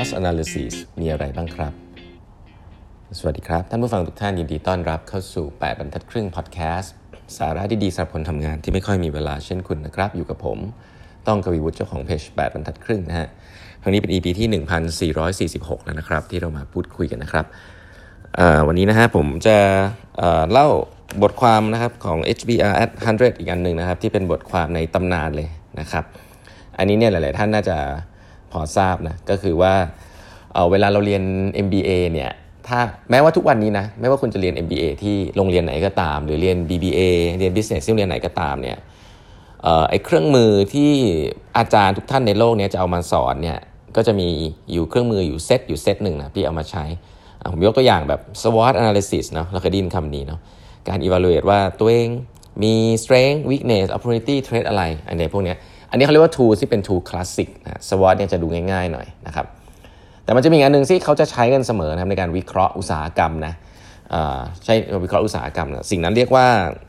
Force Analysis มีอะไรบ้างครับสวัสดีครับท่านผู้ฟังทุกท่านยินดีต้อนรับเข้าสู่8บรรทัดครึ่งพอดแคสต์สาระดีๆสำหรับคนทำงานที่ไม่ค่อยมีเวลาเช่นคุณนะครับอยู่กับผมต้องกวีวุฒิเจ้าของเพจ8บรรทัดครึ่งนะฮะครั้งนี้เป็น EP ที่1446แล้วนะครับที่เรามาพูดคุยกันนะครับวันนี้นะฮะผมจะเล่าบทความนะครับของ HBR at 100 อีกอันนึงนะครับที่เป็นบทความในตำนานเลยนะครับอันนี้เนี่ยหลายๆท่านน่าจะพอทราบนะก็คือว่าเวลาเราเรียน MBA เนี่ยถ้าแม้ว่าทุกวันนี้นะไม่ว่าคุณจะเรียน MBA ที่โรงเรียนไหนก็ตามหรือเรียน BBA เรียน Business ที่โรงเรียนไหนก็ตามเนี่ยไอ้เครื่องมือที่อาจารย์ทุกท่านในโลกนี้จะเอามาสอนเนี่ยก็จะมีอยู่เครื่องมืออยู่เซตหนึ่งนะที่เอามาใช้ผมยกตัวอย่างแบบ SWOT analysis เนาะเราเคยได้ยินคำนี้เนาะการ evaluate ว่าตัวเองมี strength weakness opportunity threat อะไรอันนี้พวกนี้อันนี้เขาเรียกว่า tool ที่เป็น tool classic นะ SWOT เนี่ยจะดูง่ายๆหน่อยนะครับแต่มันจะมีอันนึงที่เขาจะใช้กันเสมอนะครับในการวิเคราะห์อุตสาหกรรมนะใช่วิเคราะห์อุตสาหกรรมนะสิ่งนั้นเรียกว่า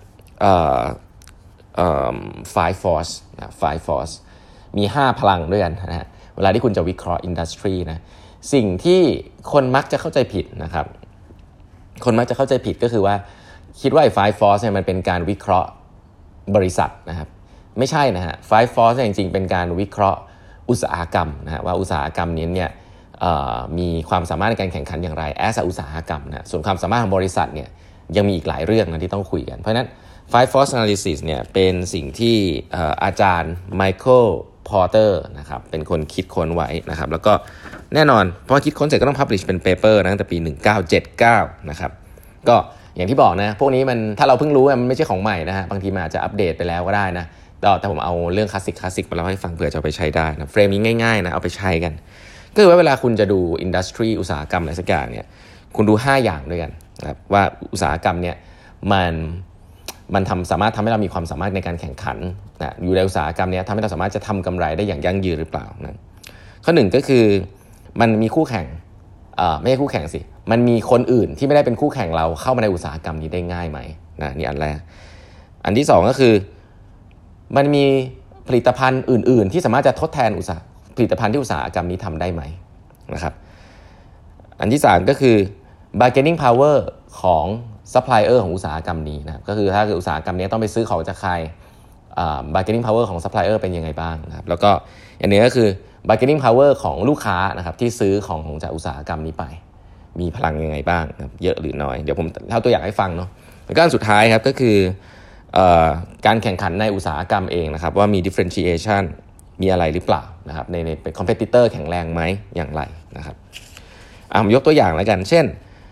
five force นะ five force มี5พลังด้วยกันนะฮะเวลาที่คุณจะวิเคราะห์ industry นะสิ่งที่คนมักจะเข้าใจผิดนะครับคนมักจะเข้าใจผิดก็คือว่าคิดว่าไอ้ five force เนี่ยมันเป็นการวิเคราะห์บริษัทนะครับไม่ใช่นะฮะ five force จริงๆเป็นการวิเคราะห์อุตสาหกรรมนะฮะว่าอุตสาหกรรมนี้เนี่ยมีความสามารถในการแข่งขันอย่างไร as อุตสาหกรรมนะส่วนความสามารถของบริษัทเนี่ยยังมีอีกหลายเรื่องนะที่ต้องคุยกันเพราะฉะนั้น five force analysis เนี่ยเป็นสิ่งที่อาจารย์ไมเคิลพอร์เตอร์นะครับเป็นคนคิดค้นไว้นะครับแล้วก็แน่นอนพอคิดค้นเสร็จก็ต้อง publish เป็น paper นะตั้งแต่ปี1979นะครับก็อย่างที่บอกนะพวกนี้มันถ้าเราเพิ่งรู้มันไม่ใช่ของใหม่นะฮะบางทีมันอาจจะอัปเดตไปแล้วก็ได้นะแต่ผมเอาเรื่องคลาสสิกมาเล่าให้ฟังเผื่อจะเอาไปใช้ได้นะเฟรมนี้ง่ายๆนะเอาไปใช้กันก็คือว่าเวลาคุณจะดูอินดัสทรีอุตสาหกรรมอะไรสักอย่างเนี่ยคุณดู5อย่างด้วยกันนะครับว่าอุตสาหกรรมเนี่ยมันสามารถทำให้เรามีความสามารถในการแข่งขันนะอยู่ในอุตสาหกรรมนี้ทำให้เราสามารถจะทำกำไรได้อย่างยั่งยืนหรือเปล่านะข้อหนึ่งก็คือมันมีคู่แข่งไม่ใช่คู่แข่งสิมันมีคนอื่นที่ไม่ได้เป็นคู่แข่งเราเข้ามาในอุตสาหกรรมนี้ได้ง่ายไหมนะนี่อันแรกอันที่สองก็คือมันมีผลิตภัณฑ์อื่นๆที่สามารถจะทดแทนผลิตภัณฑ์ที่อุตสาหกรรมนี้ทำได้ไหมนะครับอันที่สามก็คือ bargaining power ของ supplier ของอุตสาหกรรมนี้นะครับก็คือถ้าเกิดอุตสาหกรรมนี้ต้องไปซื้อของจากใครbargaining power ของ supplier เป็นยังไงบ้างนะครับแล้วก็อันนี้ก็คือ bargaining power ของลูกค้านะครับที่ซื้อของจากอุตสาหกรรมนี้ไปมีพลังยังไงบ้างนะครับเยอะหรือน้อยเดี๋ยวผมเล่าตัวอย่างให้ฟังเนาะแล้วก็อันสุดท้ายครับก็คือการแข่งขันในอุตสาหกรรมเองนะครับว่ามี differentiation มีอะไรหรือเปล่านะครับในเป็น competitor แข็งแรงไหมอย่างไรนะครับผมยกตัวอย่างแล้วกันเช่น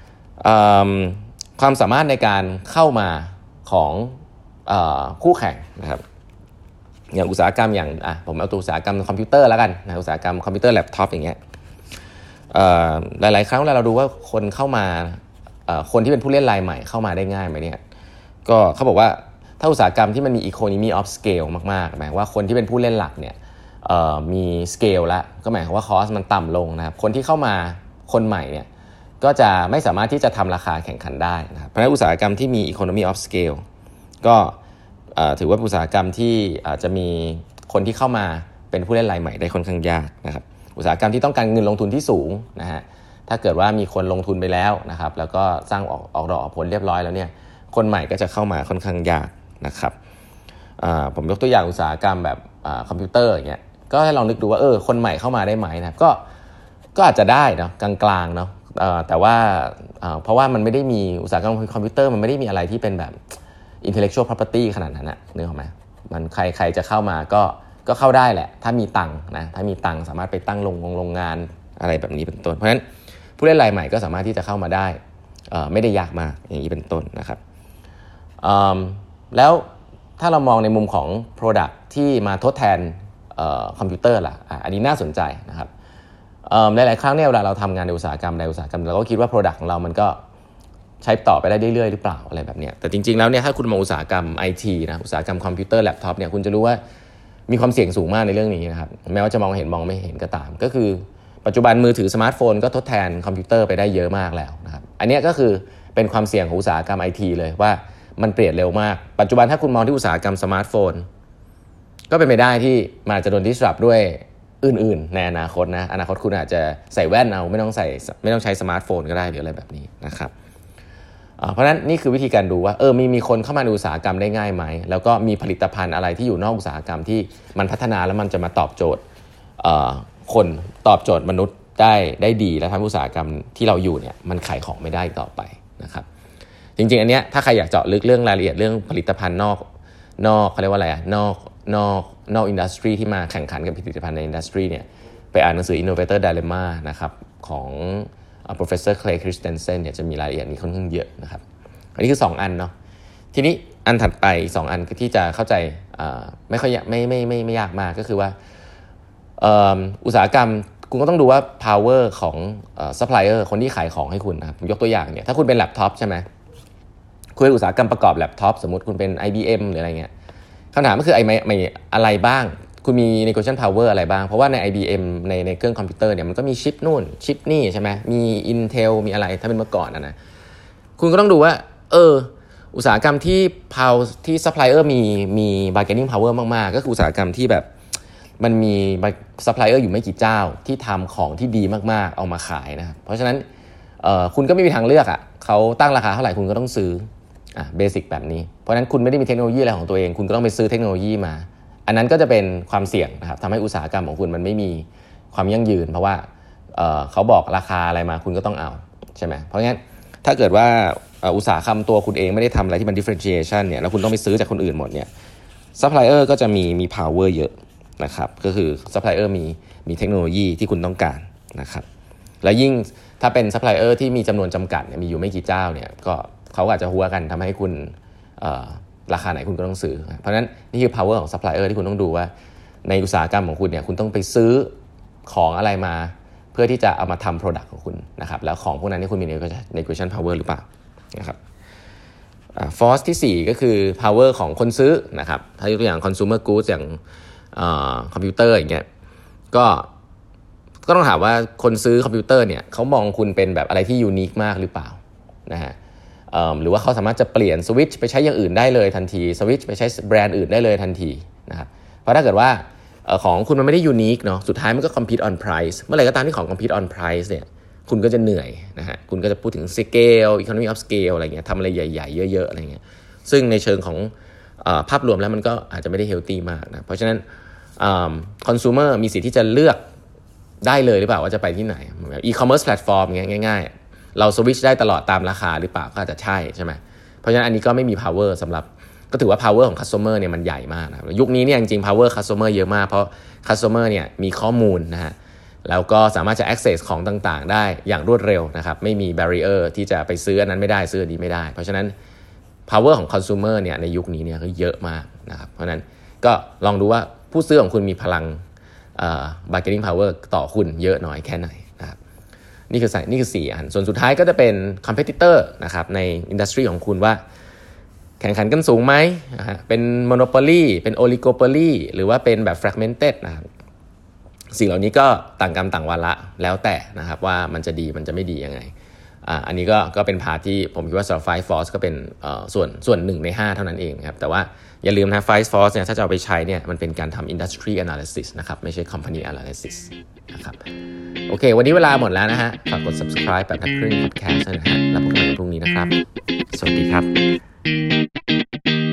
ความสามารถในการเข้ามาของคู่แข่งนะครับอย่างอุตสาหกรรมอย่างผมเอาตัวอุตสาหกรรมคอมพิวเตอร์แล้วกันนะอุตสาหกรรมคอมพิวเตอร์แล็ปท็อปอย่างเงี้ยหลายๆครั้งเวลาเราดูว่าคนเข้ามาคนที่เป็นผู้เล่นรายใหม่เข้ามาได้ง่ายไหมเนี่ยก็เขาบอกว่าถ้าอุตสาหกรรมที่มันมี economy of scale มากๆหมายว่าคนที่เป็นผู้เล่นหลักเนี่ยมี scale แล้วก็หมายความว่า cost มันต่ำลงนะครับคนที่เข้ามาคนใหม่เนี่ยก็จะไม่สามารถที่จะทำราคาแข่งขันได้นะครับเพราะฉะนั้นอุตสาหกรรมที่มี economy of scale ก็ถือว่าอุตสาหกรรมที่จะมีคนที่เข้ามาเป็นผู้เล่นรายใหม่ได้ค่อนข้างยากนะครับอุตสาหกรรมที่ต้องการเงินลงทุนที่สูงนะฮะถ้าเกิดว่ามีคนลงทุนไปแล้วนะครับแล้วก็สร้างออกดอกออกผลเรียบร้อยแล้วเนี่ยคนใหม่ก็จะเข้ามาค่อนข้างยากนะครับผมยกตัวอย่างอุตสาหกรรมแบบคอมพิวเตอร์อย่างเงี้ยก็ให้ลองนึกดูว่าคนใหม่เข้ามาได้ไหมนะครับก็อาจจะได้เนาะกลางๆเนาะแต่ว่าเพราะว่ามันไม่ได้มีอุตสาหกรรมคอมพิวเตอร์มันไม่ได้มีอะไรที่เป็นแบบ intellectual property ขนาดนั้นนะนึกออกไหมมันใครจะเข้ามาก็เข้าได้แหละถ้ามีตังค์นะถ้ามีตังค์สามารถไปตั้งโรงงานอะไรแบบนี้เป็นต้นเพราะฉะนั้นผู้เล่นรายใหม่ก็สามารถที่จะเข้ามาได้ไม่ได้ยากมากอย่างนี้เป็นต้นนะครับแล้วถ้าเรามองในมุมของ product ที่มาทดแทนคอมพิวเตอร์ล่ะอันนี้น่าสนใจนะครับหลายๆครั้งเนี่ยเวลาเราทำงานในอุตสาหกรรมเราก็คิดว่า product ของเรามันก็ใช้ต่อไปได้เรื่อยๆหรือเปล่าอะไรแบบนี้แต่จริงๆแล้วเนี่ยถ้าคุณมองอุตสาหกรรม IT นะอุตสาหกรรมคอมพิวเตอร์แล็ปท็อปเนี่ยคุณจะรู้ว่ามีความเสี่ยงสูงมากในเรื่องนี้นะครับแม้ว่าจะมองไม่เห็นก็ตามก็คือปัจจุบันมือถือสมาร์ทโฟนก็ทดแทนคอมพิวเตอร์ไปได้เยอะมากแล้วนะครับอันนี้ก็คือเป็นความเสี่ยงของอุตสาหกรรม IT เลยว่ามันเปลี่ยนเร็วมากปัจจุบันถ้าคุณมองที่อุตสาหกรรมสมาร์ทโฟนก็เป็นไปได้ที่มันจะโดน disrupt ด้วยอื่นๆในอนาคตนะอนาคตคุณอาจจะใส่แว่นเอาไม่ต้องใช้สมาร์ทโฟนก็ได้หรืออะไรแบบนี้นะครับเพราะฉะนั้นนี่คือวิธีการดูว่ามีคนเข้ามาในอุตสาหกรรมได้ง่ายไหมแล้วก็มีผลิตภัณฑ์อะไรที่อยู่นอกอุตสาหกรรมที่มันพัฒนาแล้วมันจะมาตอบโจทย์คนตอบโจทย์มนุษย์ได้ดีแล้วทำอุตสาหกรรมที่เราอยู่เนี่ยมันขายของไม่ได้ต่อไปนะครับจริงๆอันเนี้ยถ้าใครอยากเจาะลึกเรื่องรายละเอียดเรื่องผลิตภัณฑ์นอกเขาเรียกว่าอะไรนอกอินดัสทรีที่มาแข่งขันกับผลิตภัณฑ์ในอินดัสทรีเนี่ยไปอ่านหนังสือ Innovator Dilemma นะครับของProfessor Clay Christensen เนี่ยจะมีรายละเอียดนี้ค่อนข้างเยอะนะครับอันนี้คือ2อันเนาะทีนี้อันถัดไป2อันที่จะเข้าใจไม่ค่อยไม่ยากมากก็คือว่าอุตสาหกรรมคุณก็ต้องดูว่า power ของsupplier คนที่ขายของให้คุณนะครับผมยกตัวอย่างเนี่ยถ้าคุณเป็นแล็ปท็อปใช่ไหมคุณเป็นอุตสาหกรรมประกอบแล็ปท็อปสมมติคุณเป็น IBM หรืออะไรเงี้ยคำถามก็คืออะไรบ้างคุณมี negotiation power อะไรบ้างเพราะว่าใน IBM ในเครื่องคอมพิวเตอร์เนี่ยมันก็มีชิปนู่นชิปนี่ใช่ไหมมี Intel มีอะไรถ้าเป็นเมื่อก่อนนะคุณก็ต้องดูว่าอุตสาหกรรมที่ supplier มี bargaining power มากๆก็คืออุตสาหกรรมที่แบบมันมีซัพพลายเออร์อยู่ไม่กี่เจ้าที่ทำของที่ดีมากๆเอามาขายนะครับเพราะฉะนั้นคุณก็ไม่มีทางเลือกเขาตั้งราคาเท่าไหร่คุณก็ต้องซื้อเบสิกแบบนี้เพราะฉะนั้นคุณไม่ได้มีเทคโนโลยีอะไรของตัวเองคุณก็ต้องไปซื้อเทคโนโลยีมาอันนั้นก็จะเป็นความเสี่ยงนะครับทำให้อุตสาหกรรมของคุณมันไม่มีความยั่งยืนเพราะว่าเขาบอกราคาอะไรมาคุณก็ต้องเอาใช่ไหมเพราะงั้นถ้าเกิดว่าอุตสาหกรรมตัวคุณเองไม่ได้ทำอะไรที่มัน differentiation เนี่ยแล้วคุณต้องไปซื้อจากคนอื่นหมดเนี่ยซัพพลายเออร์ก็จะมี power เยอะนะครับก็คือซัพพลายเออร์มีเทคโนโลยีที่คุณต้องการนะครับและยิ่งถ้าเป็นซัพพลายเออร์ที่มีจำนวนจำกัดเนี่ยมีอยู่ไม่กี่เจ้าเนี่ยก็เขาอาจจะหัวกันทำให้คุณราคาไหนคุณก็ต้องซื้อเพราะฉะนั้นนี่คือ power ของซัพพลายเออร์ที่คุณต้องดูว่าในอุตสาหกรรมของคุณเนี่ยคุณต้องไปซื้อของอะไรมาเพื่อที่จะเอามาทำ product ของคุณนะครับแล้วของพวกนั้นที่คุณมี negotiation power หรือเปล่านะครับforce ที่4ก็คือ power ของคนซื้อนะครับถ้ายกตัวอย่าง consumer goods อย่างคอมพิวเตอร์อย่างเงี้ยก็ต้องถามว่าคนซื้อคอมพิวเตอร์เนี่ยเขามองคุณเป็นแบบอะไรที่ยูนิคมากหรือเปล่านะฮะหรือว่าเขาสามารถจะเปลี่ยนสวิตช์ไปใช้อย่างอื่นได้เลยทันทีสวิตช์ไปใช้แบรนด์อื่นได้เลยทันทีนะครับเพราะถ้าเกิดว่าของคุณมันไม่ได้ยูนิคเนาะสุดท้ายมันก็ compete on price เมื่อไหร่ก็ตามที่ของ compete on price เนี่ยคุณก็จะเหนื่อยนะฮะคุณก็จะพูดถึง scale economy of scale อะไรเงี้ยทำอะไรใหญ่ๆเยอะๆอะไรเงี้ยซึ่งในเชิงของภาพรวมแล้วมันก็อาจจะไม่ได้เฮลตี้มากนะเพราะฉะนั้นคอน sumer มีสิทธิ์ที่จะเลือกได้เลยหรือเปล่าว่าจะไปที่ไหนe-commerce platform เงี้ยง่ายๆเราสวิตช์ได้ตลอดตามราคาหรือเปล่าก็อาจจะใช่ใช่ไหมเพราะฉะนั้นอันนี้ก็ไม่มี power สำหรับก็ถือว่า power ของ customer เนี่ยมันใหญ่มากนะยุคนี้เนี่ยจริงๆ power customer เยอะมากเพราะ customer เนี่ยมีข้อมูลนะฮะแล้วก็สามารถจะ access ของต่างๆได้อย่างรวดเร็วนะครับไม่มี barrier ที่จะไปซื้ออันนั้นไม่ได้ซื้ออันนี้ไม่ได้เพราะฉะนั้น power ของ consumer เนี่ยในยุคนี้เนี่ยก็เยอะมากนะครับเพราะฉะนั้นก็ลองดูว่าผู้ซื้อของคุณมีพลังbargaining power ต่อคุณเยอะน้อยแค่ไหนนะครับนี่คือ4อันส่วนสุดท้ายก็จะเป็น competitor นะครับใน industry ของคุณว่าแข่งขันกันสูงไหมเป็น monopoly เป็น oligopoly หรือว่าเป็นแบบ fragmented นะครับสิ่งเหล่านี้ก็ต่างกรรมต่างวาระแล้วแต่นะครับว่ามันจะดีมันจะไม่ดียังไงอันนี้ก็เป็นพาร์ทที่ผมคิดว่า Five Force ก็เป็นส่วน1ใน5เท่านั้นเองครับแต่ว่าอย่าลืมนะ Five Force เนี่ยถ้าจะเอาไปใช้เนี่ยมันเป็นการทำ industry analysis นะครับไม่ใช่ company analysis นะครับโอเควันนี้เวลาหมดแล้วนะฮะฝากกด subscribe แบบนักครึ่ง podcast นะฮะแล้วพบกันพรุ่งนี้นะครับสวัสดีครับ